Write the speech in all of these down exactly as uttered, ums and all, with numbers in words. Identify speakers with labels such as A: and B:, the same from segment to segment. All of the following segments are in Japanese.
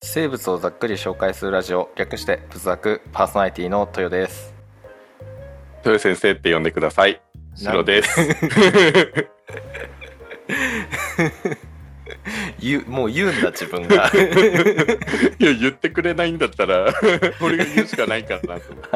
A: 生物をざっくり紹介するラジオ、略してブザク、パーソナリティの豊です。
B: 豊先生って呼んでください。白です
A: 言うもう言うんだ自分が
B: いや言ってくれないんだったら俺が言うしかないかなと思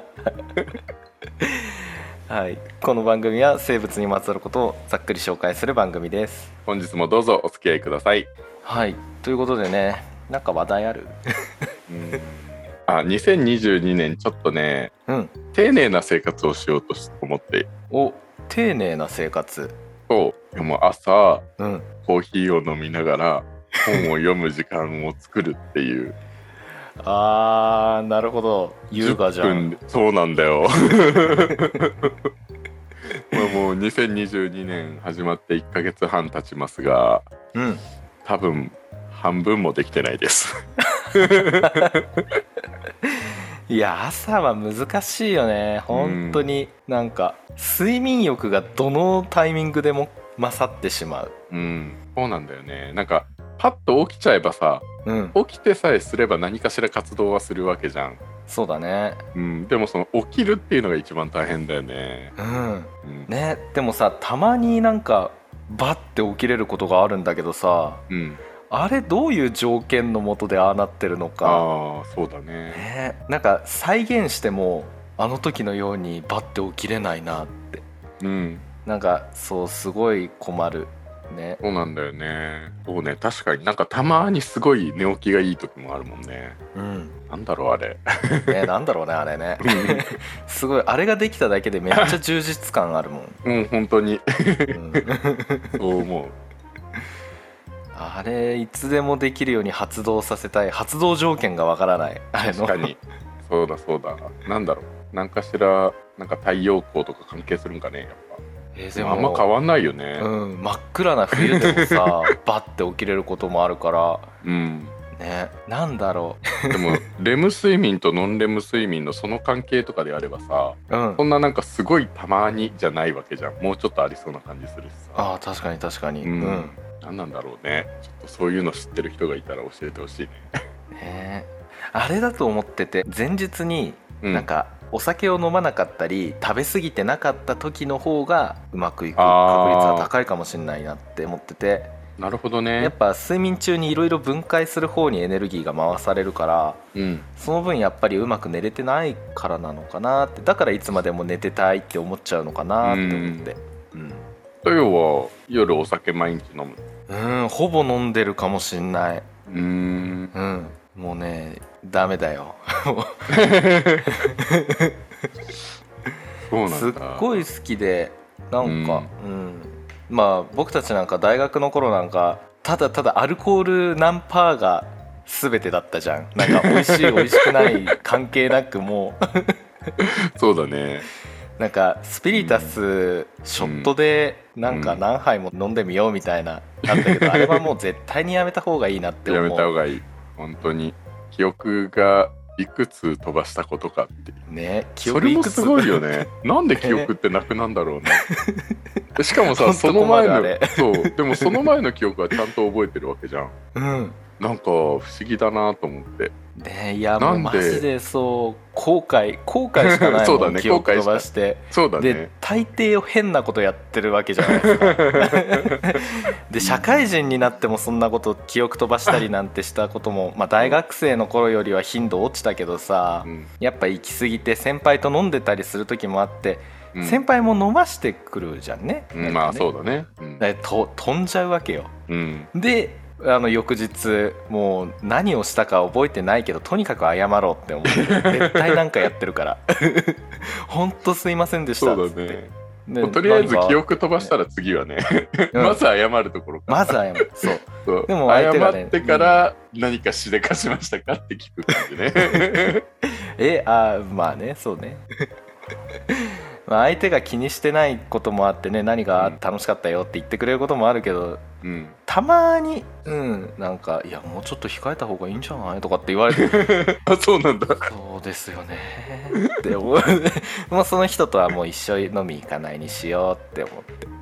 A: はい、この番組は生物にまつわることをざっくり紹介する番組です。
B: 本日もどうぞお付き合いください。
A: はい、ということでね、なんか話題ある
B: うんあにせんにじゅうにねんちょっとね、うん、丁寧な生活をしようと思って。
A: お、丁寧な生活。
B: そうでも朝、
A: うん、
B: コーヒーを飲みながら本を読む時間を作るっていう
A: あーなるほど、優雅じゃん。
B: そうなんだよもうにせんにじゅうにねん始まっていっかげつはん経ちますが、うん、多分半分もできてないです
A: いや朝は難しいよね本当に、うん、なんか睡眠欲がどのタイミングでも勝ってしまう。
B: うんそうなんだよね。なんかパッと起きちゃえばさ、うん、起きてさえすれば何かしら活動はするわけじゃん。
A: そうだね、
B: うん、でもその起きるっていうのが一番大変だよね。
A: うん、うん、ね、でもさたまになんかバッて起きれることがあるんだけどさ、うん、あれどういう条件の下でああなってるのか。
B: ああそうだ ね,
A: ねなんか再現してもあの時のようにバッて起きれないなって、うん、なんかそうすごい困るね。
B: そうなんだよね。そうね、確かになんかたまにすごい寝起きがいい時もあるもんね。うん、なんだろうあれ
A: ね、なんだろうねあれねすごいあれができただけでめっちゃ充実感あるもん
B: うん本当に、うん、そう思う。
A: あれいつでもできるように発動させたい。発動条件がわからないあれの。
B: 確かにそうだそうだ。なんだろう、なんかしらなんか太陽光とか関係するんかねやっぱ。えー、でもあんま変わんないよね、
A: うん、真っ暗な冬でもさバッて起きれることもあるから、うんね、なんだろ
B: うでもレム睡眠とノンレム睡眠のその関係とかであればさ、うん、そんななんかすごいたまにじゃないわけじゃん。もうちょっとありそうな感じするしさ。
A: あ確かに確かに、うんうん、
B: 何なんだろうね。ちょっとそういうの知ってる人がいたら教えてほしいね。
A: ねあれだと思ってて、前日になんか、うんお酒を飲まなかったり食べ過ぎてなかった時の方がうまくいく確率は高いかもしれないなって思ってて。
B: なるほどね。
A: やっぱ睡眠中にいろいろ分解する方にエネルギーが回されるから、うん、その分やっぱりうまく寝れてないからなのかなって。だからいつまでも寝てたいって思っちゃうのかなって思って。
B: と要は夜お酒毎日飲む？
A: うんほぼ飲んでるかもしんない。うーんうんもうねダメだよ
B: そうなんだ。
A: すっごい好きでなんか、うんうん、まあ僕たちなんか大学の頃なんかただただアルコール何パーが全てだったじゃん。なんか美味しい美味しくない関係なくも
B: うそうだね。
A: なんかスピリタスショットでなんか何杯も飲んでみようみたいなあったけど、あれはもう絶対にやめた方がいいなって思う。
B: やめた方がいい本当に。記憶がいくつ飛ばしたことかっていう
A: ね。
B: 記憶いくつそれもすごいよねなんで記憶ってなくなんだろうねしかもさその前のそうでもその前の記憶はちゃんと覚えてるわけじゃん。うんなんか不思議だなと思って
A: ね。いやもうマジでそう後悔後悔しかないもんそうだ、ね、記憶飛ばして
B: そうだ、ね、
A: で大抵変なことやってるわけじゃないですかで社会人になってもそんなこと記憶飛ばしたりなんてしたことも、まあ、大学生の頃よりは頻度落ちたけどさ、うん、やっぱ行き過ぎて先輩と飲んでたりする時もあって、うん、先輩も飲ましてくるじゃんね、
B: うん、まあそうだね、うん、
A: だと飛んじゃうわけよ、うん、であの翌日もう何をしたか覚えてないけどとにかく謝ろうって思って絶対なんかやってるからほんとすいませんでしたっつって。
B: そうだね。とりあえず記憶飛ばしたら次はね、うん、まず謝るところから
A: まず謝るそう
B: そうでも相手が、ね、謝ってから何かしでかしましたかって聞く感じね
A: えあまあねそうねまあ相手が気にしてないこともあってね、何が楽しかったよって言ってくれることもあるけど、うん、たまに、うん、なんかいやもうちょっと控えた方がいいんじゃないとかって言われて
B: あそうなんだ。
A: そうですよねって思うもうその人とはもう一緒に飲み行かないにしようって思って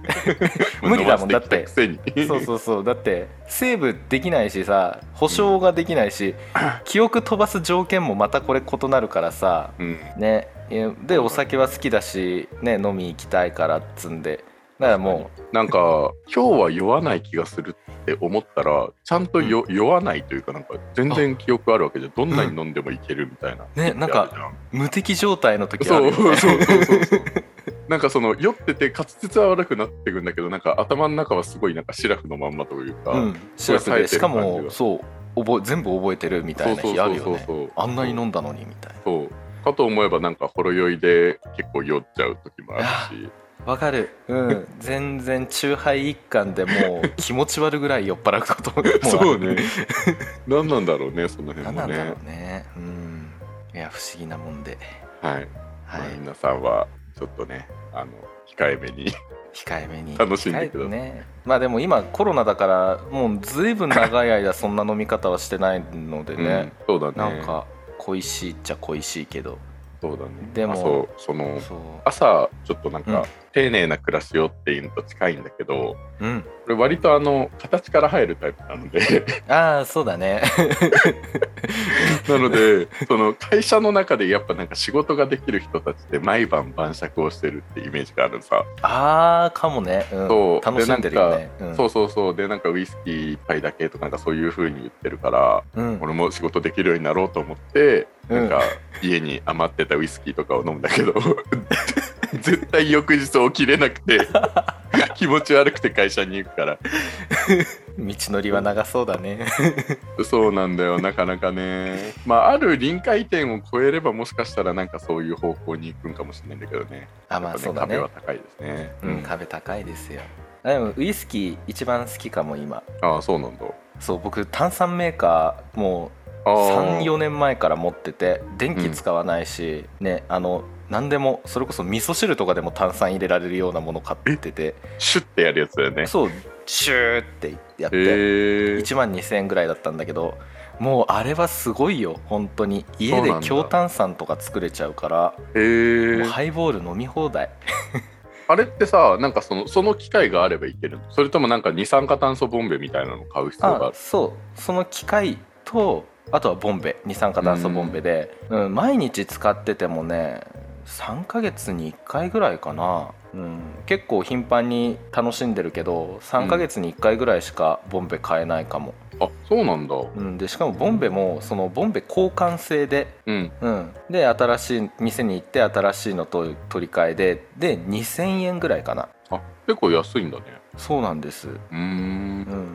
A: 無理だもんだって。
B: くせに
A: そうそうそう、だってセーブできないしさ、保証ができないし、うん、記憶飛ばす条件もまたこれ異なるからさ、うん、ね。でお酒は好きだし、ね、飲み行きたいからっつんで、だからも
B: うなんか今日は酔わない気がするって思ったらちゃんとよ、うん、酔わないというか、なんか全然記憶あるわけじゃん。どんなに飲んでもいけるみたいな、
A: うん、ね、なんか無敵状態の時あるよね。
B: そうそうそうそうそうなんかその酔ってて滑舌は悪くなってくんだけど、なんか頭の中はすごいなんかシラフのまんまというか、うん、
A: シラフでしかもそう覚え全部覚えてるみたいな日あるよね。あんなに飲んだのにみたいな。
B: そうかと思えばなんかほろ酔いで結構酔っちゃう時もあるし。
A: わかる、うん、全然チューハイ一貫でもう気持ち悪ぐらい酔っ払うこともある。
B: そうね何なんだろうね、その辺もね。
A: 何なんだろうね、うん、いや不思議なもんで、
B: はい、はい、まあ、皆さんはちょっとね、あの控えめに
A: 控えめに
B: 楽しんでください
A: ね。まあでも今コロナだからもうずいぶん長い間そんな飲み方はしてないのでね、
B: うん、そうだね、
A: なんか恋しいっちゃ恋しいけど、
B: そうだね。
A: でも
B: そうその朝ちょっとなんか、うん、丁寧な暮らしをっていうのと近いんだけど、うん、これ割とあの形から入るタイプなので
A: ああそうだね
B: なのでその会社の中でやっぱなんか仕事ができる人たちって毎晩晩酌をしてるってイメージがあるさ。
A: ああかもね、うん、そう楽しんでるよね、
B: うん、そうそうそうでなんかウイスキー一杯だけとかなんかそういう風に言ってるから、うん、俺も仕事できるようになろうと思ってなんか家に余ってたウイスキーとかを飲むんだけど絶対翌日起きれなくて気持ち悪くて会社に行くから
A: 道のりは長そうだね
B: そうなんだよ、なかなかね。まあある臨界点を超えればもしかしたらなんかそういう方向に行くんかもしれないんだけどね。
A: あ、まあそうだね、
B: 壁は高いですね。
A: うん、うん、壁高いですよ。でもウイスキー一番好きかも今。
B: ああそうなんだ。
A: そう僕炭酸メーカーもうさんよねんまえから持ってて、電気使わないし、うん、ね、あの何でもそれこそ味噌汁とかでも炭酸入れられるようなもの買ってて、
B: シュッてやるやつだよね。
A: そうシューってやっていちまんにせんえんぐらいだったんだけど、もうあれはすごいよ本当に。家で強炭酸とか作れちゃうから、もうハイボール飲み放題
B: あれってさ、なんかそのその機械があればいけるの？それともなんか二酸化炭素ボンベみたいなの買う必要がある？
A: あ、そうその機械とあとはボンベ、二酸化炭素ボンベで、うんうん、毎日使っててもねさんかげつにいっかいぐらいかな、うん、結構頻繁に楽しんでるけどさんかげつにいっかいぐらいしかボンベ買えないかも、
B: うん、あ、そうなんだ、
A: うん、でしかもボンベもそのボンベ交換制で、うんうん、で新しい店に行って新しいのと取り替えででにせんえんぐらいかな。
B: あ、結構安いんだね。
A: そうなんです。う
B: ーん、うん、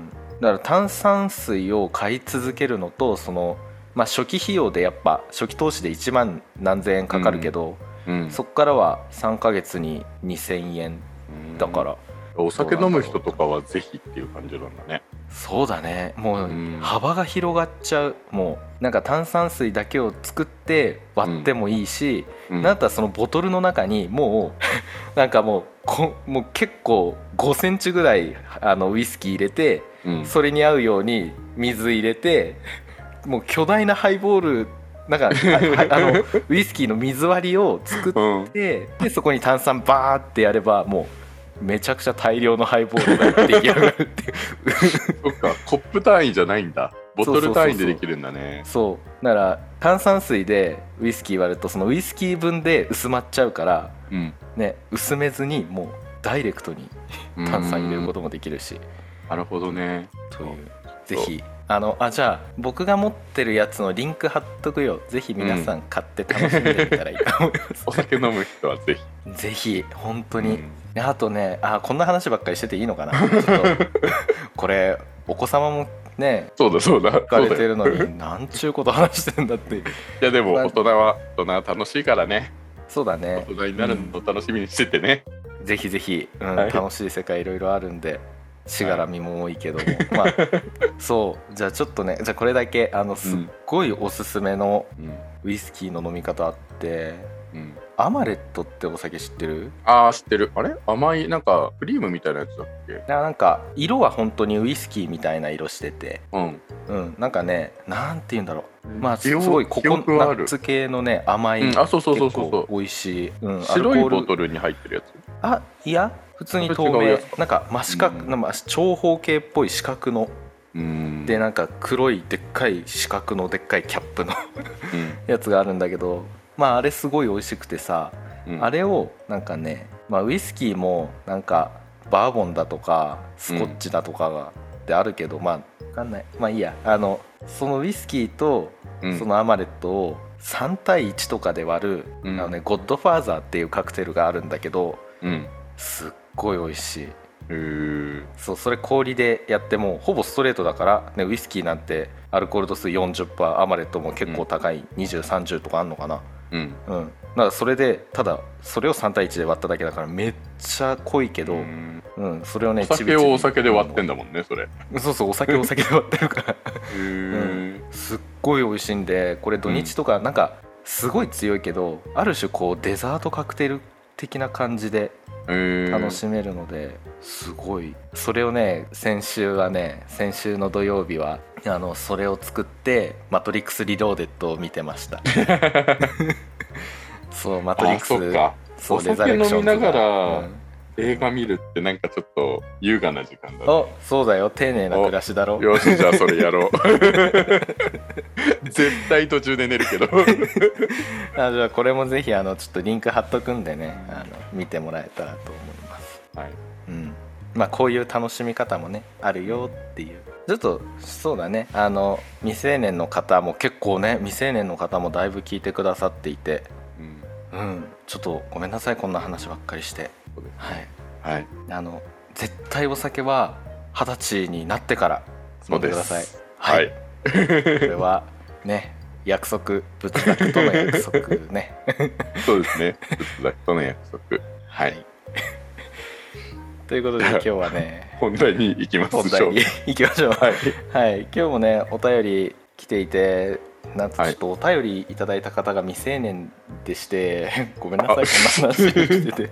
A: だから炭酸水を買い続けるのとその、まあ、初期費用でやっぱ初期投資でいちまん何千円かかるけど、うんうん、そっからはさんかげつににせんえんだから、
B: お酒飲む人とかはぜひっていう感じなんだね。
A: そうだね、もう幅が広がっちゃう。もうなんか炭酸水だけを作って割ってもいいし、うんうん、なんだったらそのボトルの中にもうなんかもうこもう結構ごセンチぐらいあのウイスキー入れて、うん、それに合うように水入れてもう巨大なハイボールなんかああのウイスキーの水割りを作って、うん、でそこに炭酸バーってやればもうめちゃくちゃ大量のハイボールが出来上がるっていう
B: そっか、コップ単位じゃないんだ、ボトル単位でできるんだね。
A: そうだから炭酸水でウイスキー割るとそのウイスキー分で薄まっちゃうから、うんね、薄めずにもうダイレクトに炭酸入れることもできるし。
B: なるほどね。
A: というぜひあのあじゃあ僕が持ってるやつのリンク貼っとくよ。ぜひ皆さん買って楽しんでみたらいいと思います、
B: うん、お酒飲む人はぜひ
A: ぜひ本当に、うん、あとね、あこんな話ばっかりしてていいのかなちょっとこれお子様もね
B: そうだそうだ
A: 聞かれてるのになんちゅうこと話してんだってい
B: やでも大人は大人は楽しいからね。
A: そうだね、
B: 大人になるのを楽しみにしててね、
A: うん、ぜひぜひ、うんはい、楽しい世界いろいろあるんでしがらみも多いけども、はい、まあそうじゃあちょっとね、じゃあこれだけあのすっごいおすすめのウイスキーの飲み方あって、うん、アマレットってお酒知ってる？
B: ああ知ってる。あれ甘いなんかクリームみたいなやつだっけ？
A: なんか色は本当にウイスキーみたいな色してて、うんうん、なんかねなんて言うんだろう、まあすごいココナッツ系のね甘い、うん、
B: あそうそうそうそうそう
A: 美味しい、うん、
B: 白いボトルに入ってるやつ。
A: あいや普通に透明、なんか真四角、なんか長方形っぽい四角ので、なんか黒いでっかい四角のでっかいキャップのやつがあるんだけど、まああれすごい美味しくてさ、うん、あれをなんかね、まあ、ウイスキーもなんかバーボンだとかスコッチだとかがであるけど、うん、まあ分かんない、まあいいや、あのそのウイスキーとそのアマレットをさん対いちとかで割る、うん、あのね、ゴッドファーザーっていうカクテルがあるんだけど、うん、すっごい美味しい。へー、そう、それ氷でやってもほぼストレートだから、ね、ウイスキーなんてアルコール度数 よんじゅっパーセント、アマレットも結構高い、うん、にじゅう、さんじゅうとかあんのかな、うんうん、だからそれでただそれをさん対いちで割っただけだからめっちゃ濃いけど、うんうん、それをね、
B: お酒をお酒で割ってんだもんね、それ。
A: そうそう、お酒をお酒で割ってるからへー、うん、すっごい美味しいんで、これ土日とかなんかすごい強いけど、うん、ある種こうデザートカクテル的な感じで楽しめるので、すごいそれをね、先週はね、先週の土曜日はあのそれを作ってマトリックスリローデッドを見てましたそう、マトリックス、
B: そうか、
A: そう、
B: お酒飲みながら、うん、映画見るってなんかちょっと優雅な時間だね。
A: お、そうだよ、丁寧な暮らしだろ。
B: よし、じゃあそれやろう絶対途中で寝るけど
A: あ、じゃあこれもぜひあのちょっとリンク貼っとくんでね、あの見てもらえたらと思います。はい、うん、まあこういう楽しみ方もねあるよっていう。ちょっとそうだね、あの未成年の方も結構ね、未成年の方もだいぶ聞いてくださっていて、うん、うん、ちょっとごめんなさい、こんな話ばっかりして。はい、はい、あの絶対お酒は二十歳になってから飲んでください。はい、これはね、約束、仏作との約束ね
B: そうですね、仏作との約束。はい、
A: ということで今日はね
B: 本題に行きましょう。
A: 本題に行きましょう。はい、はい、今日もねお便り来ていて、なんとちょっとお便りいただいた方が未成年でしてごめんなさい、こんな話してて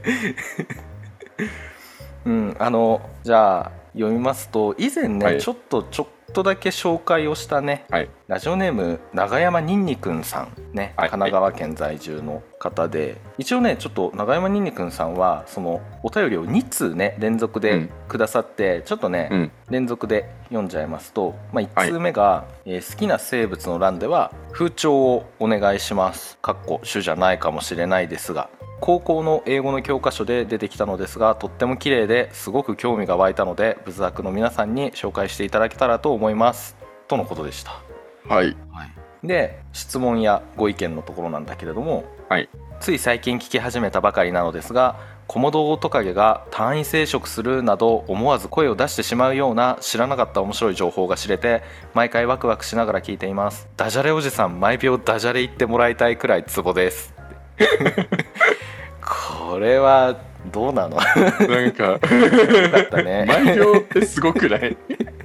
A: うん、あのじゃあ読みますと、以前ね、はい、ちょっとちょっとだけ紹介をしたね、はい、ラジオネーム長山にんにくんさんね、はい、神奈川県在住の方で、一応ねちょっと長山にんにくんさんはそのお便りをにつうね連続でくださって、うん、ちょっとね、うん、連続で読んじゃいますと、まあ、いちつうめが、はい、えー、好きな生物の欄では風潮をお願いします、かっこ主じゃないかもしれないですが、高校の英語の教科書で出てきたのですが、とっても綺麗ですごく興味が湧いたので、仏作の皆さんに紹介していただけたらと思いますとのことでした。はい、はい、で質問やご意見のところなんだけれども、はい、つい最近聞き始めたばかりなのですが、コモドオオトカゲが単位生殖するなど思わず声を出してしまうような知らなかった面白い情報が知れて、毎回ワクワクしながら聞いています。ダジャレおじさん、毎秒ダジャレ言ってもらいたいくらいツボですこれはどうなの
B: なんかよかったね毎秒ってすごくない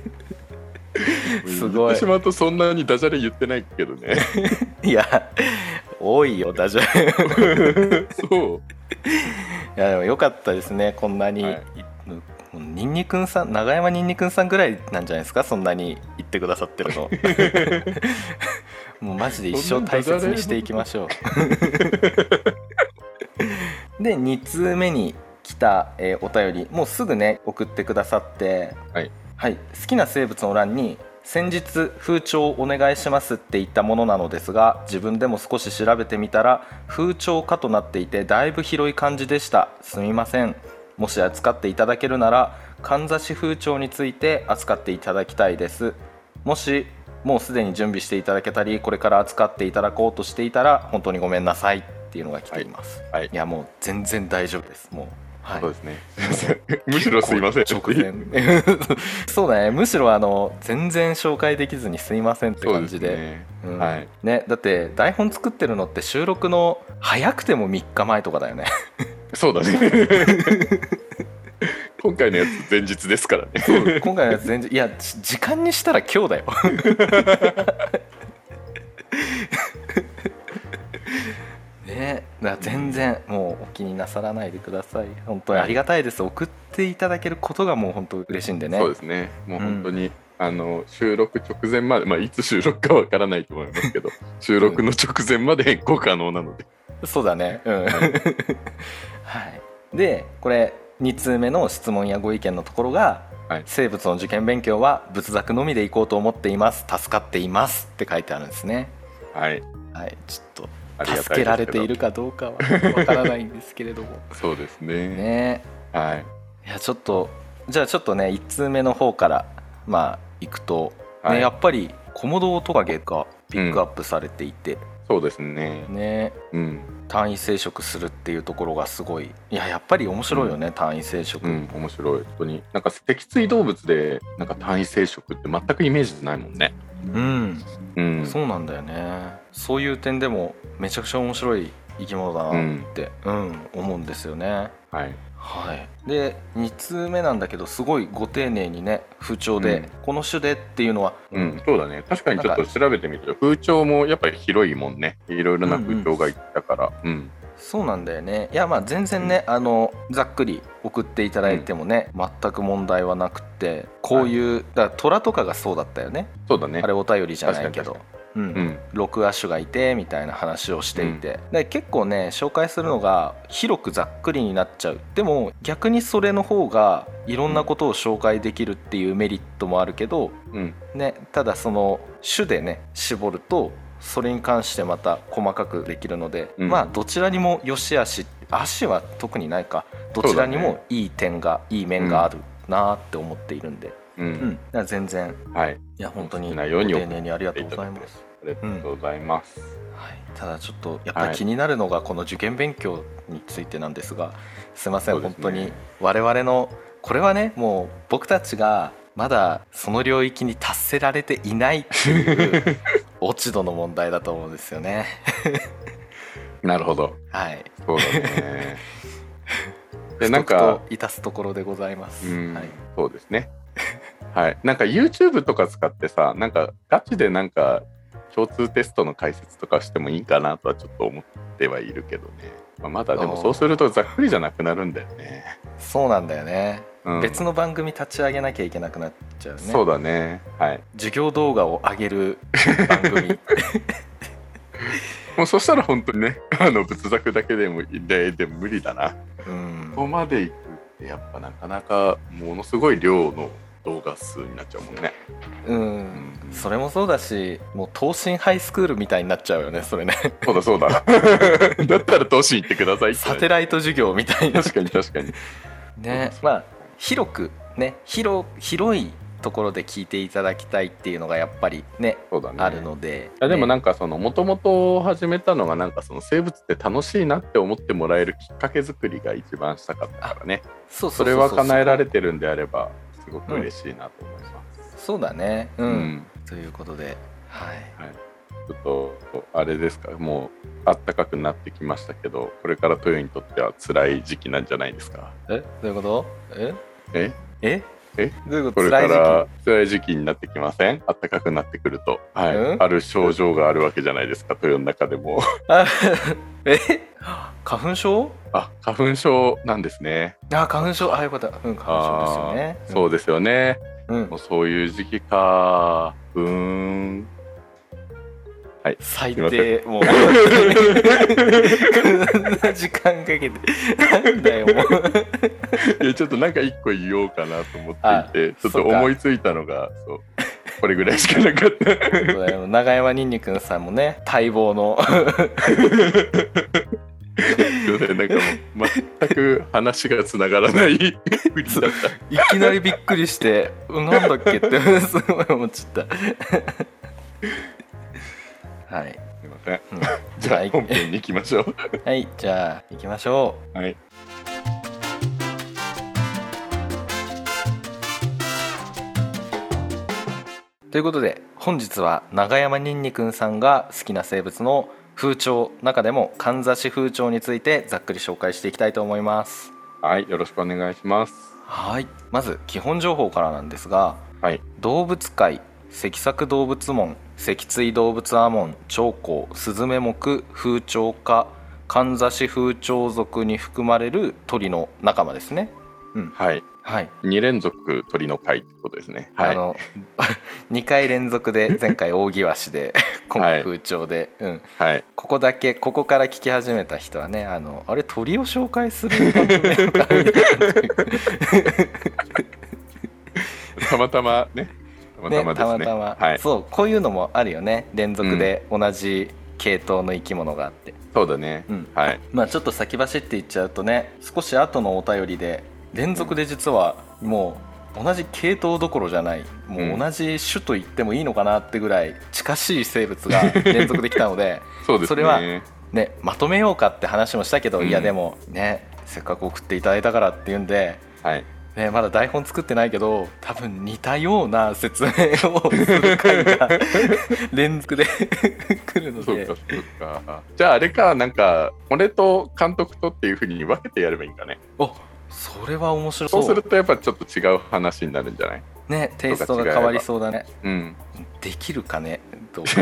B: すごい。私もとそんなにダジャレ言ってないけどね
A: いや多いよダジャレ
B: そう
A: いやでもよかったですね、こんなに、はい、にんにくんさん、長山にんにくんさんぐらいなんじゃないですか、そんなに言ってくださってるのもうマジで一生大切にしていきましょうでにつうめに来た、えー、お便りもうすぐね送ってくださって、はいはい、好きな生物の欄に先日風潮お願いしますって言ったものなのですが、自分でも少し調べてみたら風潮かとなっていて、だいぶ広い感じでした。すみません。もし扱っていただけるならかんざし風潮について扱っていただきたいです。もしもうすでに準備していただけたりこれから扱っていただこうとしていたら本当にごめんなさいっていうのが来ています。はいはい、いやもう全然大丈夫です。もうはい、
B: そうですねむしろすいません
A: 直前そうだね、むしろあの全然紹介できずにすいませんって感じで、ね、うん、はいね、だって台本作ってるのって収録の早くてもみっかまえとかだよね
B: そうだね今回のやつ前日ですからね
A: そう今回のやつ前日、いや時間にしたら今日だよね、だ全然もうお気になさらないでください。本当にありがたいです。送っていただけることがもう本当嬉しいんでね。
B: そうですね、もう本当に、うん、あの収録直前まで、まあ、いつ収録かわからないと思いますけど収録の直前まで変更可能なので、
A: うん、そうだね、うんはい、でこれに通目の質問やご意見のところが、はい、生物の受験勉強は仏作のみで行こうと思っています、助かっていますって書いてあるんですね。
B: はい、
A: はい、ちょっと助けられているかどうかはわからないんですけれども
B: そうですね。
A: ね、
B: はい、
A: いやちょっとじゃあちょっとねいち通目の方からまあ行くと、ね、はい、やっぱりコモドオオトカゲがピックアップされていて、うん、
B: そうですね。
A: ね、うん、単位生殖するっていうところがすごい、いややっぱり面白いよね、うん、単位生殖、うん、
B: 面白い。本当になんか脊椎動物でなんか単位生殖って全くイメージないもんね。
A: うん、うん、そうなんだよね。そういう点でもめちゃくちゃ面白い生き物だなって、うんうん、思うんですよね。
B: はい、
A: はい、でに通目なんだけどすごいご丁寧にね風潮で、うん、この種でっていうのは、
B: うん、そうだね。確かにちょっと調べてみると風潮もやっぱり広いもんね。いろいろな風潮がいったから、うんうんうん、
A: そうなんだよね。いやまあ全然ね、うん、あのざっくり送っていただいてもね、うん、全く問題はなくて、こういう、はい、だから虎とかがそうだったよね。
B: そうだね。
A: あれお便りじゃないけど、うんうん、ろく亜種がいてみたいな話をしていて、うん、で結構ね紹介するのが広くざっくりになっちゃう。でも逆にそれの方がいろんなことを紹介できるっていうメリットもあるけど、うんね、ただその種でね絞るとそれに関してまた細かくできるので、うん、まあどちらにも良し悪し、足は特にないか、どちらにもいい点が、いい面があるなって思っているんで、うんうん、だから全然、はい、いや本当にご丁寧にありがとうございます。
B: ありがとうございます、うん、
A: はい、ただちょっとやっぱり気になるのがこの受験勉強についてなんですが、すいません、ね、本当に我々のこれはねもう僕たちがまだその領域に達せられていないっていう落ち度の問題だと思うんですよね
B: なるほど、
A: はい、
B: そうだね
A: でなんか致すところでございます。
B: うん、はい、そうですねはい、なんか YouTube とか使ってさ、なんかガチでなんか共通テストの解説とかしてもいいかなとはちょっと思ってはいるけどね、まあ、まだでもそうするとざっくりじゃなくなるんだよね。
A: そうなんだよね、うん、別の番組立ち上げなきゃいけなくなっちゃうね。
B: そうだね、はい、
A: 授業動画を上げる番組
B: もうそしたら本当にねあの仏作だけでもででも無理だな、うん、ここまでいくってやっぱなかなかものすごい量の動画数になっちゃうもんね。
A: うん、うん、それもそうだし、もう東進ハイスクールみたいになっちゃうよねそれね。
B: そうだそうだだったら東進行ってくださいって。
A: サテライト授業みたいな。
B: 確かに確かに
A: ね、まあ広くね 広, 広いところで聞いていただきたいっていうのがやっぱり ね, そうだねあるので、
B: いやでもなんかそのもともと始めたのがなんかその生物って楽しいなって思ってもらえるきっかけ作りが一番したかったからね。そうそうそうそう、それは叶えられてるんであればすごく嬉しいなと思います、
A: うん、そうだね、うん、うん、ということで、はい、
B: はい、ちょっとあれですか、もう暖かくなってきましたけど、これからトヨにとっては辛い時期なんじゃないですか。
A: え、どういうこと？え
B: え
A: え
B: えどういうこと？これから辛い時期になってきません？暖かくなってくると、はい、うん、ある症状があるわけじゃないですか、トヨの中でも。
A: え花粉症？
B: あ、花粉症なんですね。
A: あ、花粉症、あ、よかった、うん、花粉症ですよね。
B: うん、そうですよね、うん、もうそういう時期か。うーん、はい、
A: 最低、もうこんな時間かけてなんだよもう。
B: いやちょっとなんか一個言おうかなと思っていて、ちょっと思いついたのがそうこれぐらいしかなかった。
A: 長山にんにくんさんもね待望の
B: なんかもう全く話がつながらない振りだった。
A: いきなりびっくりしてなんだっけってすごい思っちゃったはい、
B: すいません、うん、じゃあ本編に行きましょう。
A: はい、じゃあ行きましょ
B: う。はい、
A: ということで本日は長山にんにくんさんが好きな生物の風潮、中でもかんざし風潮についてざっくり紹介していきたいと思います。
B: はい、よろしくお願いします。
A: はい、まず基本情報からなんですが、はい、動物界、脊索動物門、脊椎動物亜門、長江、スズメ目、風潮科、かんざし風潮属に含まれる鳥の仲間ですね。うん、
B: はい、
A: はい、
B: に連続鳥の回ってことですね。はい、
A: あのにかい連続で前回大際市で今回風潮で、はい、うんはい、ここだけここから聞き始めた人はね、あのあれ鳥を紹介する番組なのかな
B: たまたまねたまたまですね、
A: たまたま、はい、そうこういうのもあるよね、連続で同じ系統の生き物があって、うん、
B: そうだね、うん、はい、
A: まあちょっと先走っていっちゃうとね、少し後のお便りで連続で実はもう同じ系統どころじゃない、もう同じ種と言ってもいいのかなってぐらい近しい生物が連続できたので
B: そうですね、
A: それはねまとめようかって話もしたけど、うん、いやでもねせっかく送っていただいたからっていうんで、
B: はい
A: ね、まだ台本作ってないけど多分似たような説明をする回が連続で来るので、
B: そうかそうか、じゃああれか、なんか俺と監督とっていう風に分けてやればいいんかね。
A: お、それは面白そう。
B: そうするとやっぱちょっと違う話になるんじゃない
A: ね、テイストが変わりそうだね。
B: うん、
A: できるかねどうか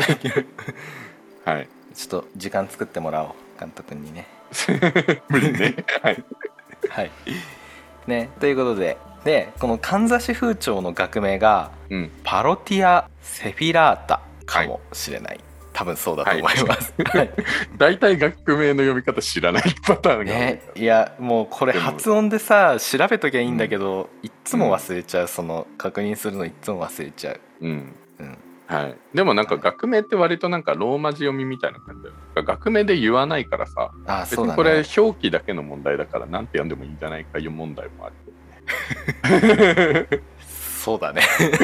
B: はい、
A: ちょっと時間作ってもらおう監督にね
B: 無理ねはい
A: はいね、ということで、でこのかんざし風潮の学名が、うん、パロティア・セフィラータかもしれない、はい、多分そうだと思います、はい、
B: だいたい学名の読み方知らないパターンが、
A: ね、いやもうこれ発音でさ調べときゃいいんだけど、うん、いっつも忘れちゃう、うん、その確認するのいっつも忘れちゃう、
B: うんうんはい、でもなんか学名って割となんかローマ字読みみたいな感じだよ。学名で言わないからさ、
A: ああ
B: 別にこれ表記だけの問題だからなんて読んでもいいんじゃないかいう問題もあるけどね
A: そうだね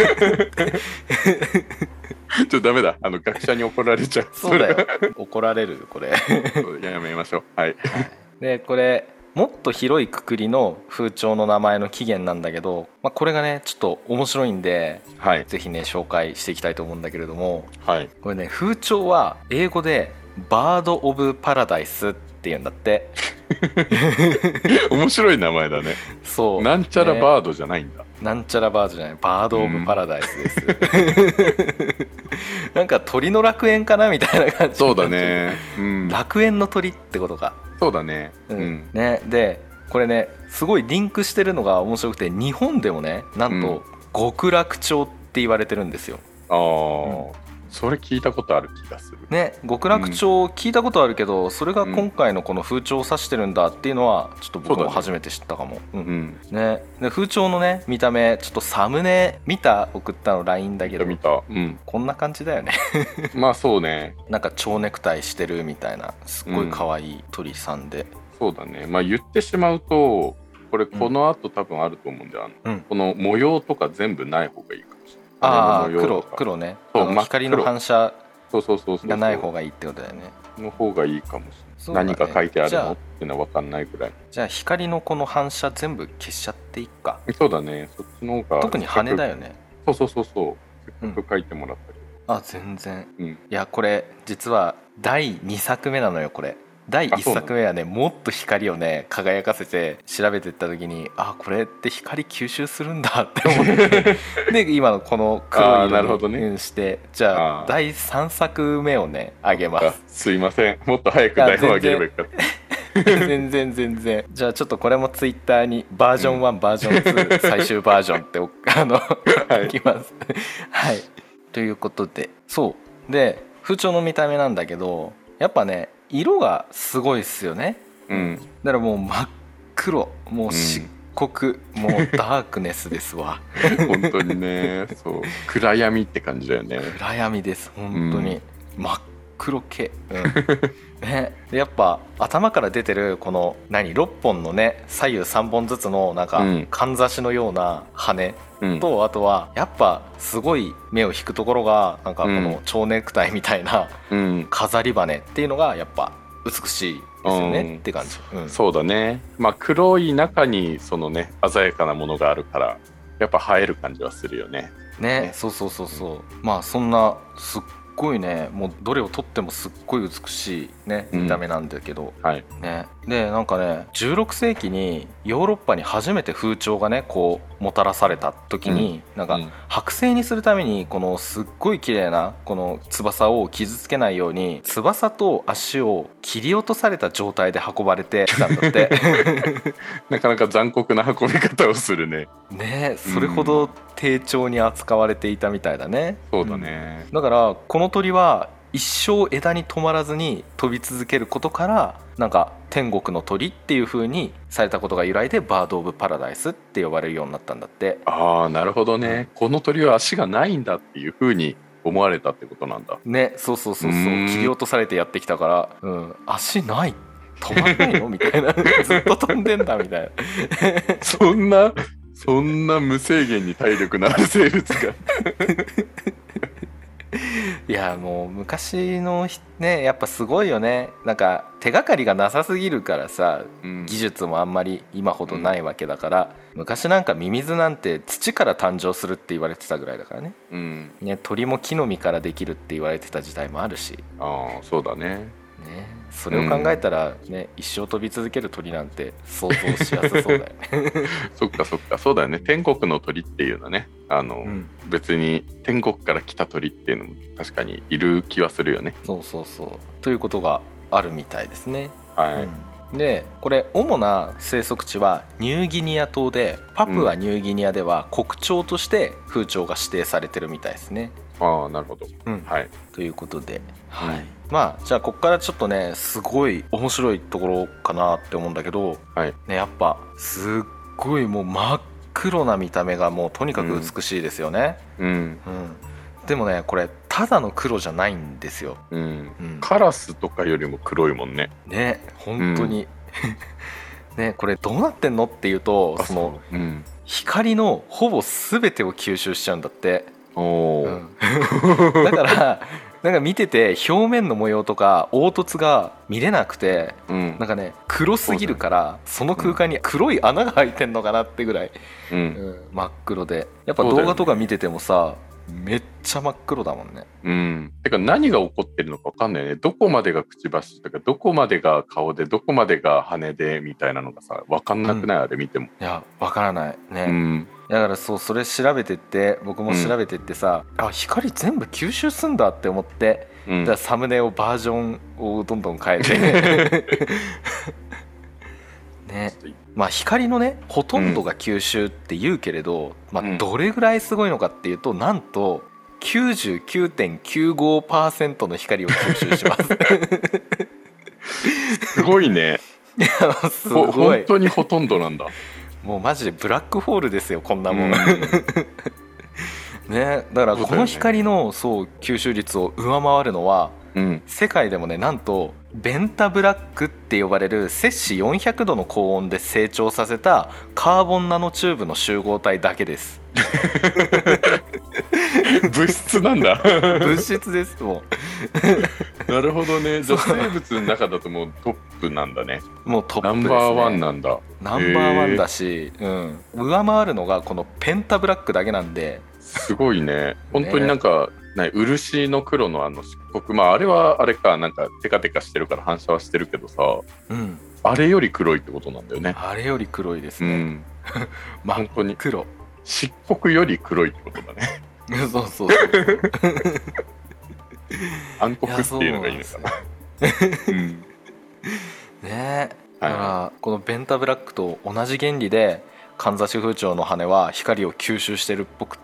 B: ちょっとダメだ、あの学者に怒られちゃう。
A: そうだよ怒られるこれ
B: やめましょう。はい、はい、
A: でこれもっと広いくくりの風潮の名前の起源なんだけど、まあ、これがねちょっと面白いんで、はい、ぜひね紹介していきたいと思うんだけれども、はい、これね風潮は英語でバード・オブ・パラダイスっていうんだって
B: 面白い名前だね。
A: そう
B: なんちゃらバードじゃないんだ、ね、
A: なんちゃらバードじゃない、バード・オブ・パラダイスです、うん、なんか鳥の楽園かなみたいな感じ。
B: そうだね、うん、
A: 楽園の鳥ってことか。
B: そうだね、
A: うんうんね、でこれねすごいリンクしてるのが面白くて、日本でもねなんと極楽鳥って言われてるんですよ、
B: うん、ああ、うん、それ聞いたことある気がする
A: ね。極楽鳥聞いたことあるけど、うん、それが今回のこの風潮を指してるんだっていうのはちょっと僕も初めて知ったかも、う、ね、うんうんね、で風潮のね見た目ちょっとサムネ見た送ったの ライン だけど
B: 見た、うん、
A: こんな感じだよね
B: まあそうね、
A: なんか蝶ネクタイしてるみたいなすっごい可愛い鳥さんで、うん、
B: そうだね。まあ言ってしまうとこれこの後多分あると思うんで、あの、うん、この模様とか全部ない方がいいかもしれない。
A: ああ黒黒ね、そう、光の反射がない方がいいってことだよね。
B: の方がいいかもしれない、ね、何か書いてあるのってのは分かんないくらい。
A: じゃあ光のこの反射全部消しちゃっていいか。
B: そうだね、そっちの方が
A: 特に羽だよね。
B: そうそうそうそう、せっかく書いてもらったけど、
A: うん、あ全然、うん、いやこれ実はだいにさくめなのよ。これだいいっさくめはねもっと光をね輝かせて調べていった時に、あこれって光吸収するんだって思ってで今のこの黒い色にして、じゃあだいさんさくめをねあげます。
B: すいません、もっと早く台本あげればよかった
A: 全然全然。じゃあちょっとこれもツイッターにバージョンワン、うん、バージョンツー最終バージョンってあの書きますはいということで、そうで風潮の見た目なんだけど、やっぱね色がすごいっすよね、うん、だからもう真っ黒、もう漆黒、うん、もうダークネスですわ
B: 本当にね、そう暗闇って感じだよね。
A: 暗闇です本当に、うん、真っ黒系、うんね、でやっぱ頭から出てるこの何ろっぽんのね左右さんぼんずつのなんかかんざしのような羽、うん、とあとはやっぱすごい目を引くところがなんかこの蝶ネクタイみたいな飾り羽っていうのがやっぱ美しいですよね、うん、って感じ、
B: うん、そうだね。まあ黒い中にそのね鮮やかなものがあるからやっぱ映える感じはするよね。
A: ね、ね、そうそうそうそう、うん、まあそんなすっごいねもうどれをとってもすっごい美しいね見た目なんだけど、うん、はいね、 でなんかねじゅうろくせいきにヨーロッパに初めて風潮がねこうもたらされた時に、うん、なんか、うん、剥製にするためにこのすっごい綺麗なこの翼を傷つけないように翼と足を切り落とされた状態で運ばれてきたんだって
B: なかなか残酷な運び方をするね。
A: ね、それほど丁重に扱われていたみたいだね、
B: うん、そうだね、
A: うん、だからこの鳥は一生枝に止まらずに飛び続けることからなんか天国の鳥っていう風にされたことが由来でバード・オブ・パラダイスって呼ばれるようになったんだって。
B: ああなるほどね、うん、この鳥は足がないんだっていう風に思われたってことなんだね。
A: そうそうそうそう、切り落とされてやってきたから、うん、足ない止まんないのみたいなずっと飛んでんだみたいな
B: そんなそんな無制限に体力のある生物が
A: いやもう昔のねやっぱすごいよね。なんか手がかりがなさすぎるからさ、うん、技術もあんまり今ほどないわけだから、うん、昔なんかミミズなんて土から誕生するって言われてたぐらいだからね、うん、ね鳥も木の実からできるって言われてた時代もあるし。
B: ああそうだね。
A: ねそれを考えたらね、うん、一生飛び続ける鳥なんて想像しやすそうだよね
B: そっかそっかそうだよね。天国の鳥っていうのはねあの、うん、別に天国から来た鳥っていうのも確かにいる気はするよね。
A: そうそうそうということがあるみたいですね。
B: はい、
A: うん、でこれ主な生息地はニューギニア島でパプアニューギニアでは国鳥として風潮が指定されてるみたいですね。
B: ああなるほど、
A: うん、
B: はい
A: ということで、はい、うん、まあじゃあここからちょっとねすごい面白いところかなって思うんだけど、
B: はい
A: ね、やっぱすっごいもう真っ黒な見た目がもうとにかく美しいですよね、
B: うんうん、
A: でもねこれただの黒じゃないんですよ、
B: うんうん、カラスとかよりも黒いもんね。
A: ね本当に、うん、ねこれどうなってんのっていうとその、うん、光のほぼ全てを吸収しちゃうんだって。
B: お、うん、
A: だからなんか見てて表面の模様とか凹凸が見れなくて、うん、なんかね黒すぎるからその空間に黒い穴が開いてんのかなってぐらい、うんうん、真っ黒でやっぱ動画とか見ててもさ、めっちゃ真っ黒だもんね。
B: うん。てか何が起こってるのか分かんないよね。どこまでがくちばしとかどこまでが顔でどこまでが羽でみたいなのがさ分かんなくない、うん、あれ見ても。
A: いや分からないね。
B: うん、
A: だからそうそれ調べてって僕も調べてってさ、うん、あ光全部吸収すんだって思って、うん、だからサムネをバージョンをどんどん変えてね。まあ光のねほとんどが吸収って言うけれど、うん、まあどれぐらいすごいのかっていうとなんと きゅうじゅうきゅうてんきゅうごパーセント の光を吸収します
B: すごいね。
A: いやすごい
B: 本当にほとんどなんだ。
A: もうマジでブラックホールですよこんなもん、うんね、だからこの光のそう吸収率を上回るのは、うん、世界でもねなんとベンタブラックって呼ばれる摂氏よんひゃくどの高温で成長させたカーボンナノチューブの集合体だけです
B: 物質なんだ
A: 物質ですも
B: うなるほどね。じゃあ生物の中だともうトップなんだね。
A: もうトップですね。
B: ナンバーワンなんだ。
A: ナンバーワンだし、うん、上回るのがこのペンタブラックだけなんで。
B: すごいね。本当になんか、ね、漆の黒のあの漆黒、まああれはあれかなんかテカテカしてるから反射はしてるけどさ、うん、あれより黒いってことなんだよね。
A: あれより黒いですね、うん、
B: まあ本当に
A: 黒
B: 漆黒より黒いってことだね
A: そうそうそう
B: 暗黒っていうのがいいのかな
A: うんねえ、だからこのベンタブラックと同じ原理でかんざし風蝶の羽は光を吸収してるっぽくって、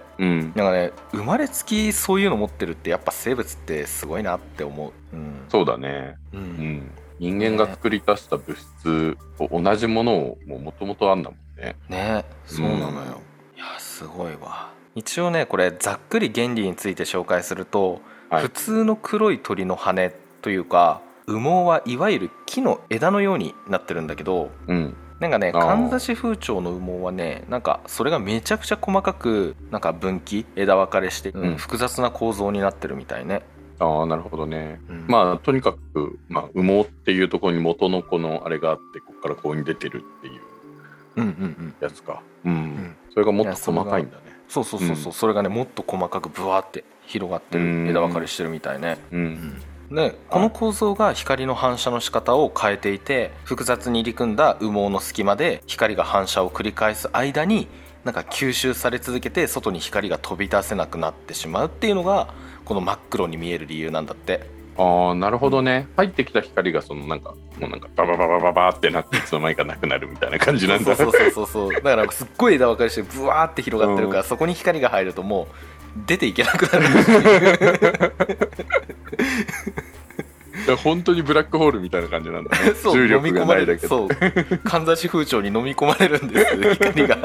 A: うん、なんかね生まれつきそういうの持ってるってやっぱ生物ってすごいなって思う、うん、
B: そうだね、うんうん、人間が作り出した物質と同じものをもともとあんだもんね。
A: ねそうなのよ、うん、いやすごいわ。一応ねこれざっくり原理について紹介すると、はい、普通の黒い鳥の羽というか羽毛はいわゆる木の枝のようになってるんだけど、うん、なんかねかんざし風蝶の羽毛はねなんかそれがめちゃくちゃ細かくなんか分岐枝分かれして、うん、複雑な構造になってるみたいね。
B: ああなるほどね、うん、まあとにかく、まあ、羽毛っていうところに元のこのあれがあってここからこうに出てるっていうやつか、うんうんうんうん、それがもっと細かいんだね。
A: そうそうそうそう、うん、それがねもっと細かくブワーって広がってる枝分かれしてるみたいね、うんうん、 ね、この構造が光の反射の仕方を変えていて、複雑に入り組んだ羽毛の隙間で光が反射を繰り返す間になんか吸収され続けて外に光が飛び出せなくなってしまうっていうのがこの真っ黒に見える理由なんだって。
B: ああ、なるほどね。入ってきた光がそのなんかもうなんかババババババってなっていつの間にかなくなるみたいな感じなんだ。
A: そうそうそうそうだからすっごい枝分かれしてブワーって広がってるから、うん、そこに光が入るともう出ていけなくなる
B: いや本当にブラックホールみたいな感じなんだね。重力がないだけど。
A: そうかんざし風潮に飲み込まれるんです光が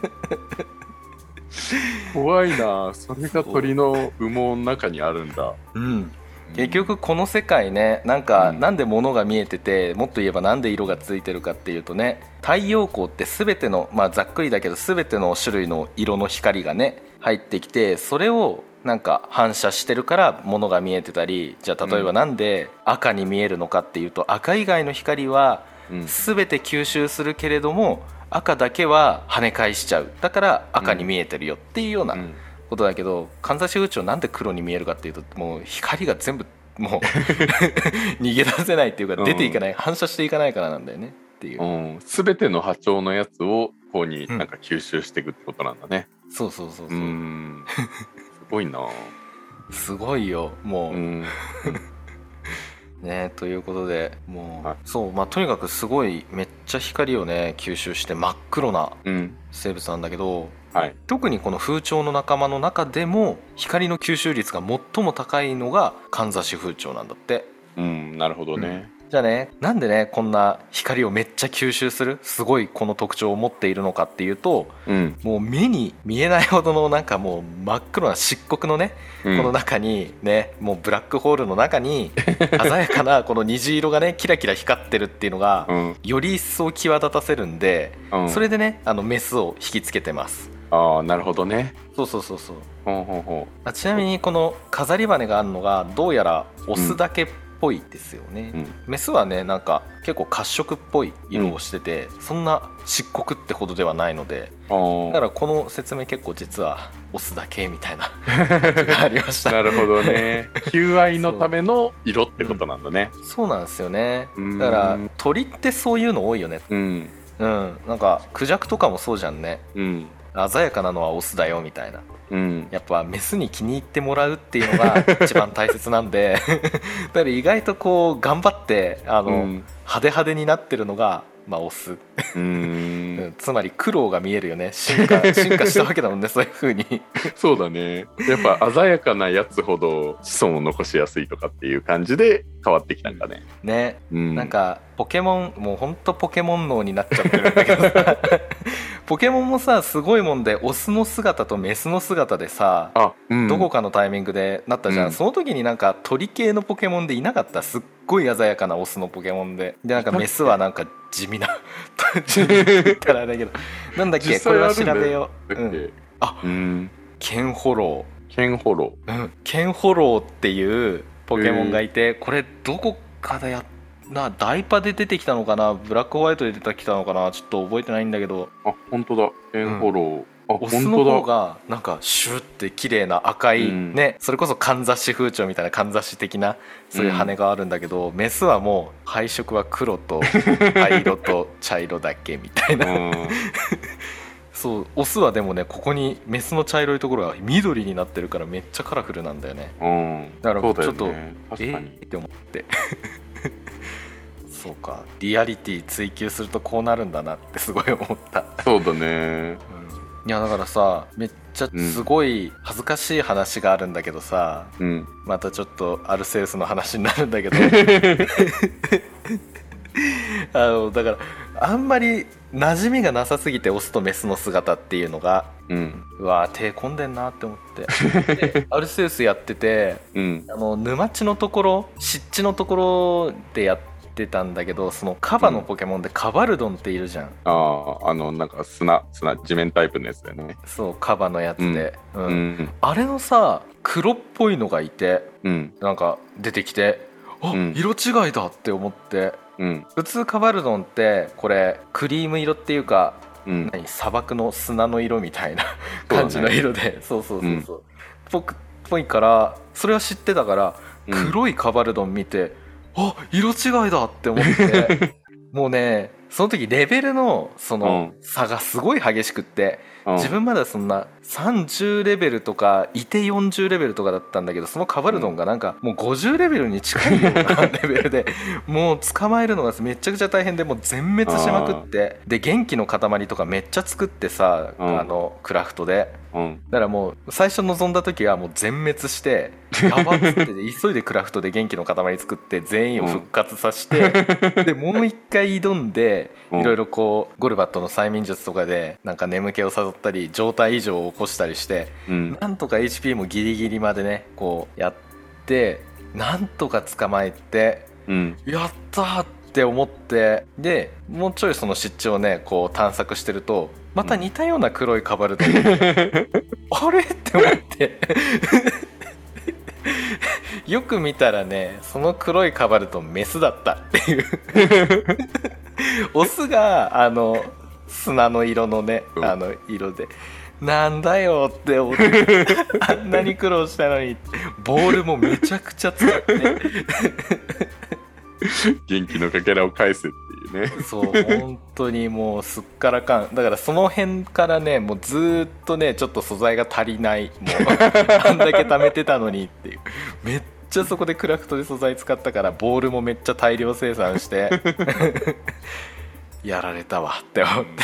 B: 怖いな。それが鳥の羽毛の中にあるんだ。
A: うん、結局この世界ね、なんかなんで物が見えてて、もっと言えばなんで色がついてるかっていうとね、太陽光って全ての、まあざっくりだけど全ての種類の色の光がね入ってきて、それをなんか反射してるから物が見えてたり、じゃあ例えばなんで赤に見えるのかっていうと、赤以外の光は全て吸収するけれども赤だけは跳ね返しちゃう、だから赤に見えてるよっていうようなことだけど、かんざし風潮なんで黒に見えるかっていうと、もう光が全部もう逃げ出せないっていうか出ていかない、反射していかないからなんだよねっていう、うん、
B: 全ての波長のやつをこうになんか吸収していくってことなんだね、
A: うん、そうそうそうそう、う
B: ーんすごいな。
A: すごいよもう、
B: うん
A: ね、ということでもう、はい、そうまあとにかくすごいめっちゃ光をね吸収して真っ黒な生物なんだけど、
B: うんはい、
A: 特にこの風潮の仲間の中でも光の吸収率が最も高いのがかんざし風潮なんだって。
B: うんなるほどね、
A: うん、じゃあね、なんでねこんな光をめっちゃ吸収するすごいこの特徴を持っているのかっていうと、
B: うん、
A: もう目に見えないほどのなんかもう真っ黒な漆黒のね、うん、この中にねもうブラックホールの中に鮮やかなこの虹色がねキラキラ光ってるっていうのが、うん、より一層際立たせるんで、うん、それでねあのメスを引きつけてます。
B: ああなるほどね。
A: そうそうそうそう。
B: ほうほうほう。
A: あちなみにこの飾り羽があるのがどうやらオスだけっぽいですよね、うん、メスはねなんか結構褐色っぽい色をしてて、うん、そんな漆黒ってほどではないので、だからこの説明結構実はオスだけみたいな感じがありました
B: なるほどね。求愛のための色ってことなんだね。
A: そう、そうなんですよね。だから鳥ってそういうの多いよね。うん、うん、なんかクジャクとかもそうじゃんね、うん、鮮やかなのはオスだよみたいな、うん、やっぱメスに気に入ってもらうっていうのが一番大切なんでだから意外とこう頑張ってあの、うん、派手派手になってるのがまあオスうん、つまり苦労が見えるよね。進化進化したわけだもんねそういう風に
B: そうだね。やっぱ鮮やかなやつほど子孫を残しやすいとかっていう感じで変わってきたんだね。
A: ね、うん、なんかポケモンもうほんとポケモン脳になっちゃってるんだけどさポケモンもさすごいもんでオスの姿とメスの姿でさあ、うん、どこかのタイミングでなったじゃん、うん、その時になんか鳥系のポケモンでいなかった。すっごい鮮やかなオスのポケモンで、でなんかメスはなんか地味な地味からだけどなんだっけこれは調べよう、うん、あ、うん、ケンホロ
B: ウケンホロ
A: ウ、うん、ケンホロウっていうポケモンがいて、これどこかでやなダイパで出てきたのかなブラックホワイトで出てきたのかなちょっと覚えてないんだけど、
B: あ本当だケンホロウ、うん、あ
A: オスの方がなんかシュッて綺麗な赤い、うん、ね、それこそかんざし風潮みたいなかんざし的なそういう羽があるんだけど、うん、メスはもう配色は黒と灰色と茶色だけみたいなそうオスはでもねここにメスの茶色いところが緑になってるからめっちゃカラフルなんだよね、
B: うん、
A: だからちょっと、
B: ね、確かに
A: えー、って思ってそうかリアリティ追求するとこうなるんだなってすごい思った。
B: そうだね、
A: うん、いやだからさめっちゃすごい恥ずかしい話があるんだけどさ、うん、またちょっとアルセウスの話になるんだけどあのだからあんまり馴染みがなさすぎてオスとメスの姿っていうのが、うん、うわ手込んでんなって思ってでアルセウスやってて、うん、あの沼地のところ湿地のところでやってたんだけど、そのカバのポケモンでカバルドンっているじゃん、うん、
B: あああのなんか砂砂地面タイプのやつだよね。
A: そうカバのやつで、うんうん、あれのさ黒っぽいのがいて、うん、なんか出てきてあ、うん、色違いだって思って、うん、普通カバルドンってこれクリーム色っていうか、うん、何砂漠の砂の色みたいな感じの色で、そうそうそうそう、うん、ぽくぽいからそれは知ってたから、 黒いカバルドン見て、うん、あ、色違いだって思ってもうね、その時レベルのその差がすごい激しくって、うん、自分まだそんなさんじゅうレベルとかいてよんじゅうレベルとかだったんだけど、そのカバルドンがなんかもうごじゅうレベルに近いようなレベルでもう捕まえるのがめちゃくちゃ大変で、もう全滅しまくって、で元気の塊とかめっちゃ作ってさ、うん、あのクラフトで、うん、だからもう最初望んだ時はもう全滅してやばっつって急いでクラフトで元気の塊作って全員を復活させて、うん、でもう一回挑んでいろいろこうゴルバットの催眠術とかでなんか眠気を誘ったり状態異常を起こしたりして、うん、なんとか エイチピー もギリギリまでねこうやってなんとか捕まえて、うん、やったーって思って、でもうちょいその湿地をねこう探索してるとまた似たような黒いカバルドン、うん、あれって思ってよく見たらね、その黒いカバルドンメスだったっていうオスがあの砂の色のね、あの色でなんだよって思ってあんなに苦労したのにボールもめちゃくちゃ使って
B: 元気のかけらを返せっていうね。
A: そう本当にもうすっからかんだから、その辺からねもうずっとねちょっと素材が足りない、もうあんだけ貯めてたのにっていう、めっちゃそこでクラフトで素材使ったからボールもめっちゃ大量生産してやられたわって思って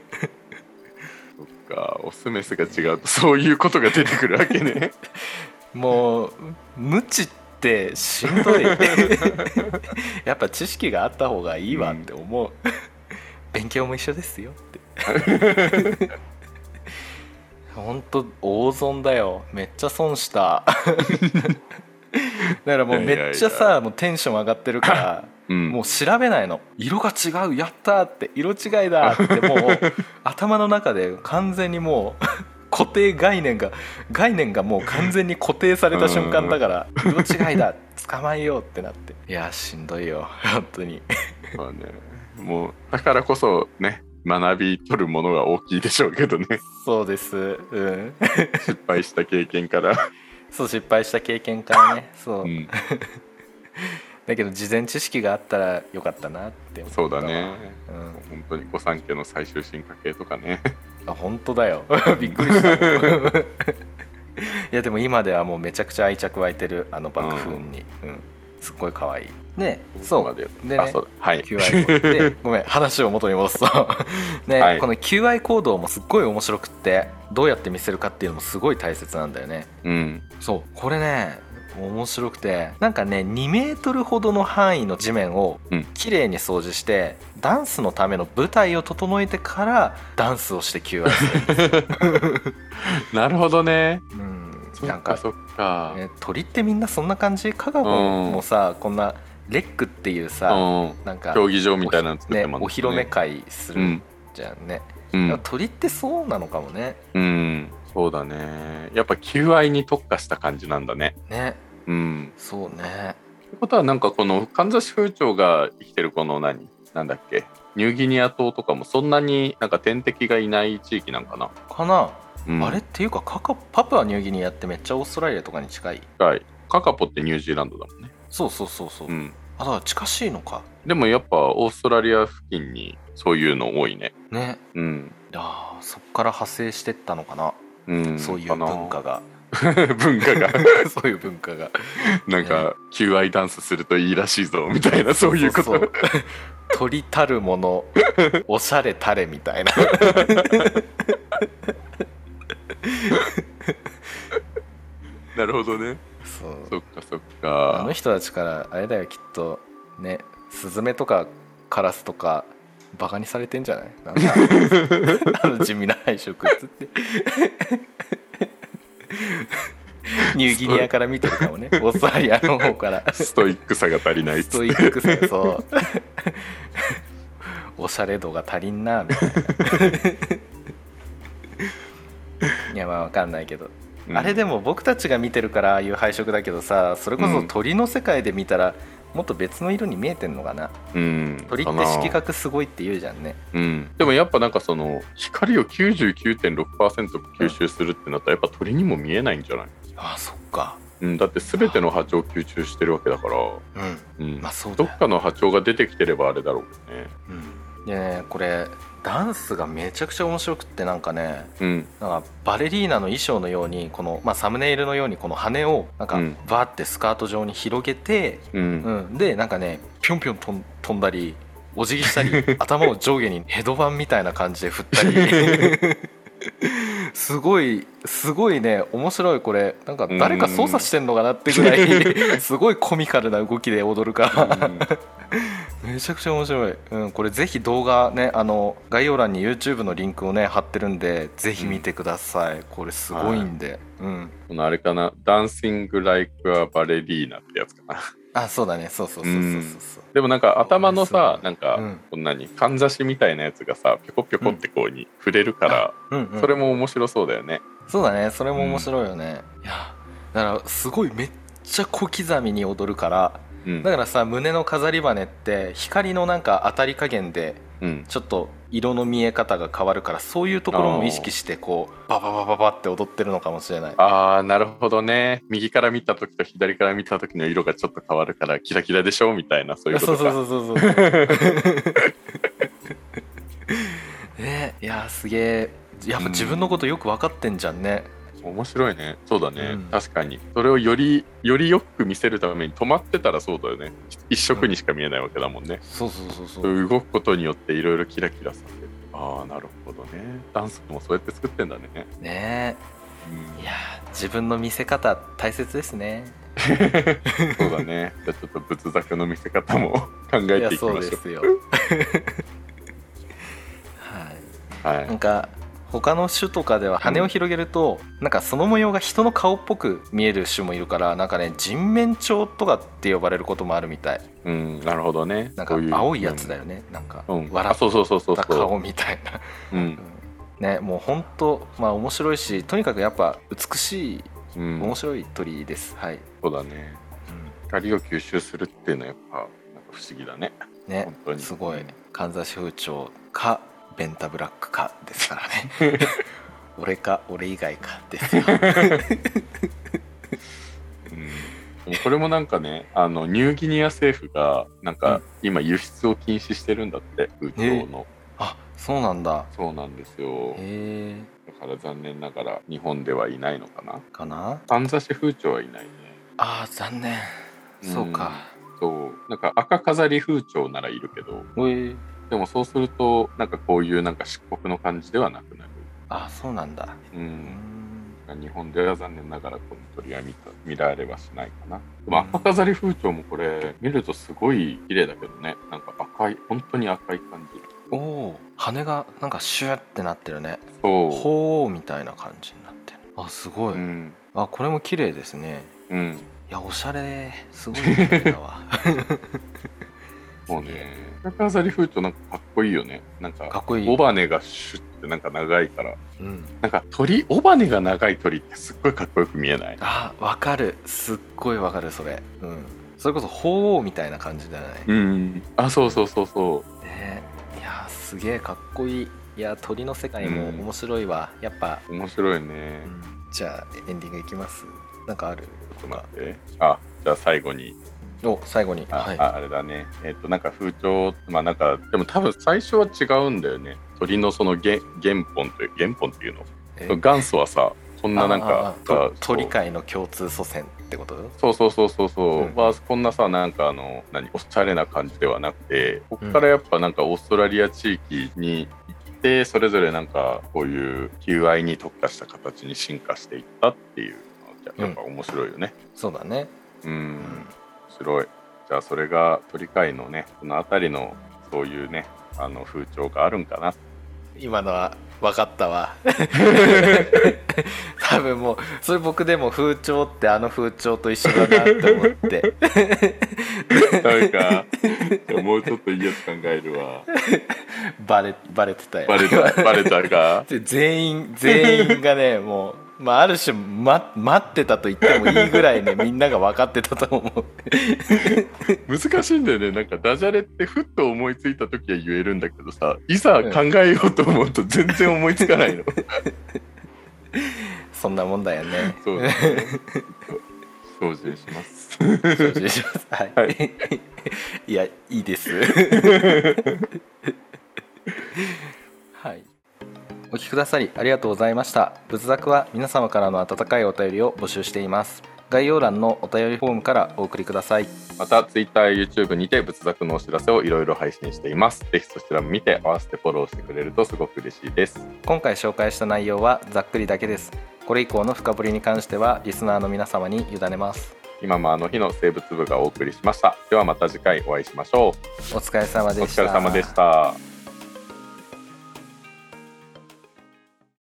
B: そっか、オスメスが違うとそういうことが出てくるわけね
A: もう無知ってしんどいやっぱ知識があった方がいいわって思う、うん、勉強も一緒ですよってほんと大損だよ、めっちゃ損しただからもうめっちゃさ、いやいやいやもうテンション上がってるからうん、もう調べないの、色が違う、やったって色違いだってもう頭の中で完全にもう固定概念が概念がもう完全に固定された瞬間だから色違いだ捕まえようってなって、いやしんどいよ本当に
B: まあね、もうだからこそね学び取るものが大きいでしょうけどね。
A: そうです、うん
B: 失敗した経験から
A: そう失敗した経験からねそう、うん、だけど事前知識があったらよかったなって思った。
B: そうだね、うん、本当に御三家の最終進化系とかね
A: あ本当だよびっくりしたいやでも今ではもうめちゃくちゃ愛着湧いてるあの爆風に、うん、うん、すっごい可愛いね。そうでね、はい、キューアイ コードでごめん話を元に戻すとね、はい、この キューアイ コードもすっごい面白くって、どうやって見せるかっていうのもすごい大切なんだよね。うん、そうこれね面白くて、なんかねにメートルほどの範囲の地面をきれいに掃除して、うん、ダンスのための舞台を整えてからダンスをして キューアイ するんです
B: なるほどね、
A: うん、なんかそっか、ね、鳥ってみんなそんな感じ。香川もさ、うん、こんなレックっていうさ、うん、なんか
B: 競技場みたいなの作ってますね、
A: お披露目会するじゃんね、うん、鳥ってそうなのかもね。
B: うんそうだね、やっぱ求愛に特化した感じなんだね。
A: ね、
B: うん、
A: そうね。
B: ってことはなんかこのかんざし風潮が生きてるこの何なんだっけニューギニア島とかもそんなになんか天敵がいない地域なんかな
A: かな、うん、あれっていうかカカパプアニューギニアってめっちゃオーストラリアとかに近い。
B: はい、カカポってニュージーランドだもんね。
A: そうそうそうそう、うん、あだから近しいのか。
B: でもやっぱオーストラリア付近にそういうの多いね。
A: ね、うん、あそっから派生してったのかな、うん、そういう文化が
B: 文化が
A: そういう文化が
B: なんか求愛ダンスするといいらしいぞみたいな、そういうこと。そうそうそう
A: 鳥たるものおしゃれたれみたいな
B: なるほどね。そうそっかそっか。
A: あの人たちからあれだよきっとね、スズメとかカラスとかバカにされてんじゃない？なんかあの地味な配色っつってニューギニアから見てるかもね、オーストラリアの方から
B: ストイックさが足りないっつって、ストイックさ
A: そうおしゃれ度が足りんなみたいないやまあわかんないけど、うん、あれでも僕たちが見てるからああいう配色だけどさ、それこそ鳥の世界で見たらもっと別の色に見えてんのかな、うん、鳥って色覚すごいって言うじゃんね、
B: うん、でもやっぱなんかその光を きゅうじゅうきゅうてんろくパーセント 吸収するってなったらやっぱ鳥にも見えないんじゃない？
A: ああそっか、
B: うん、だって全ての波長を吸収してるわけだから、
A: うん、
B: うん、
A: まあそうだよ。
B: どっかの波長が出てきてればあれだろうけどね。
A: うん、でねこれダンスがめちゃくちゃ面白くってなんかね、
B: うん、
A: なんかバレリーナの衣装のようにこの、まあ、サムネイルのようにこの羽をなんか
B: うん
A: バーってスカート状に広げて、
B: うん
A: うん、でなんかねぴょんぴょんとん飛んだりお辞儀したり頭を上下にヘドバンみたいな感じで振ったりすごいすごいね面白い。これなんか誰か操作してんのかなってぐらいすごいコミカルな動きで踊るからめちゃくちゃ面白い、うん、これぜひ動画ねあの概要欄に YouTube のリンクをね貼ってるんでぜひ見てください、うん、これすごいんで、うん、
B: このあれかな、ダンシング・ライク・ア・バレリーナってやつかな。
A: あ、そうだね、そうそうそうそうそうそう、
B: でもなんか頭のさなんか、
A: うん、
B: こんなにかんざしみたいなやつがさぴょこぴょこってこうに触れるから、うんうんうん、それも面白そうだよね。
A: そうだね、それも面白いよね、うん、いやだからすごいめっちゃ小刻みに踊るから、うん、だからさ胸の飾り羽って光のなんか当たり加減でちょっと色の見え方が変わるから、そういうところも意識してこうバババババって踊ってるのかもしれない。
B: ああ、なるほどね。右から見た時と左から見た時の色がちょっと変わるからキラキラでしょみたいな、そういうことか。
A: そうそうそうそうそうね、いやすげえ、やっぱ自分のことよく分かってんじゃんね。
B: 面白いね。そうだね、うん、確かにそれをよりよりよく見せるために止まってたらそうだよね、一色にしか見えないわけだもんね、うん、
A: そうそうそうそう、
B: 動くことによっていろいろキラキラさせる。ああ、なるほどね。ダンスもそうやって作ってんだね。
A: ねえ、うん、いや自分の見せ方大切ですね
B: そうだね。じゃあちょっと仏作の見せ方も考えていきましょう。いやそうですよはい、はい、なんか
A: 他の種とかでは羽を広げると、うん、なんかその模様が人の顔っぽく見える種もいるから、なんかね人面鳥とかって呼ばれることもあるみたい。
B: うん、なるほどね。
A: なんか青いやつだよね、うん、なんか、
B: うん、
A: 笑った顔みたいな、うんうん、ね、もうほんとまあ面白いし、とにかくやっぱ美しい、うん、面白い鳥です。はい、
B: そうだね、うん、光を吸収するっていうのはやっぱなんか不思議だね。
A: ね、本当にすごい。かんざし風潮かベンタブラックかですからね俺か俺以外かですよ、うん、
B: でもこれもなんかね、あのニューギニア政府がなんか今輸出を禁止してるんだって、風潮の。
A: あ、そうなんだ。
B: そうなんですよ。
A: へ
B: だから残念ながら日本ではいないのかな
A: かな。
B: かんざし風潮はいないね。
A: あー残念、うん、そうか。
B: そうなんか赤飾り風潮ならいるけど、
A: へー
B: でもそうするとなんかこういうなんか漆黒の感じではなくなる。
A: あ、そうなんだ。
B: うん。日本では残念ながらこの鳥は 見, た見られはしないかな。でも赤飾り風潮もこれ見るとすごい綺麗だけどね。なんか赤い、本当に赤い感じ。
A: おお、羽がなんかシューってなってるね。
B: そう。
A: ほーみたいな感じになってる。あ、すごい。うん、あ、これも綺麗ですね。
B: うん。
A: いや、おしゃれ、すごい綺麗だわ。
B: もうね、赤飾り風潮なんかかっこいいよね。なんか
A: かっこいい。
B: 尾羽がシュッてなんか長いから、
A: うん、
B: なんか鳥、尾羽が長い鳥ってすっごいかっこよく見えない？
A: あ、わかる、すっごいわかるそれ。うん。それこそ鳳凰みたいな感じだよね。
B: うん。あ、そうそうそうそう。
A: ね、いやすげえかっこいい。いや鳥の世界も面白いわ、うん、やっぱ
B: 面白いね、
A: うん、じゃあエンディングいきます。なんかある？
B: ちょっと待って。あ、じゃあ最後に。
A: お、最後に。
B: あ、
A: はい、
B: あ, あれだね。えっとなんか風潮、まあなんかでも多分最初は違うんだよね。鳥のその原原本という原本っていうの。元祖はさ、こんななんか
A: 鳥界の共通祖先ってこと？
B: そうそうそうそうそう。うん、まあこんなさ、なんかあの何おしゃれな感じではなくて、ここからやっぱなんかオーストラリア地域に行って、それぞれなんかこういう求愛に特化した形に進化していったっていうのやっぱ面白いよね。
A: うん、そうだね。
B: うん。うん面白い。じゃあそれが鳥界のねこの辺りのそういうねあの風潮があるんかな。
A: 今のは分かったわ多分もうそれ僕でも風潮ってあの風潮と一緒だなって思って
B: なんかもうちょっといいやつ考えるわ
A: バレバレてたよ。
B: バレたバレたか
A: 全員全員がねもうまあ、ある種、ま、待ってたと言ってもいいぐらいねみんなが分かってたと思う
B: 難しいんだよね。なんかダジャレってふっと思いついた時は言えるんだけどさ、いざ考えようと思うと全然思いつかないの、うん、
A: そんなもんだよね。
B: そうだね精進します
A: 精進しますはい、はい、いやいいですはいお聞きくださりありがとうございました。仏作は皆様からの温かいお便りを募集しています。概要欄のお便りフォームからお送りください。
B: また Twitter、YouTube にて仏作のお知らせをいろいろ配信しています。ぜひそちらも見て合わせてフォローしてくれるとすごく嬉しいです。
A: 今回紹介した内容はざっくりだけです。これ以降の深掘りに関してはリスナーの皆様に委ねます。
B: 今もあの日の生物部がお送りしました。ではまた次回お会いしましょう。
A: お疲れ様でした。
B: お疲れ様でした。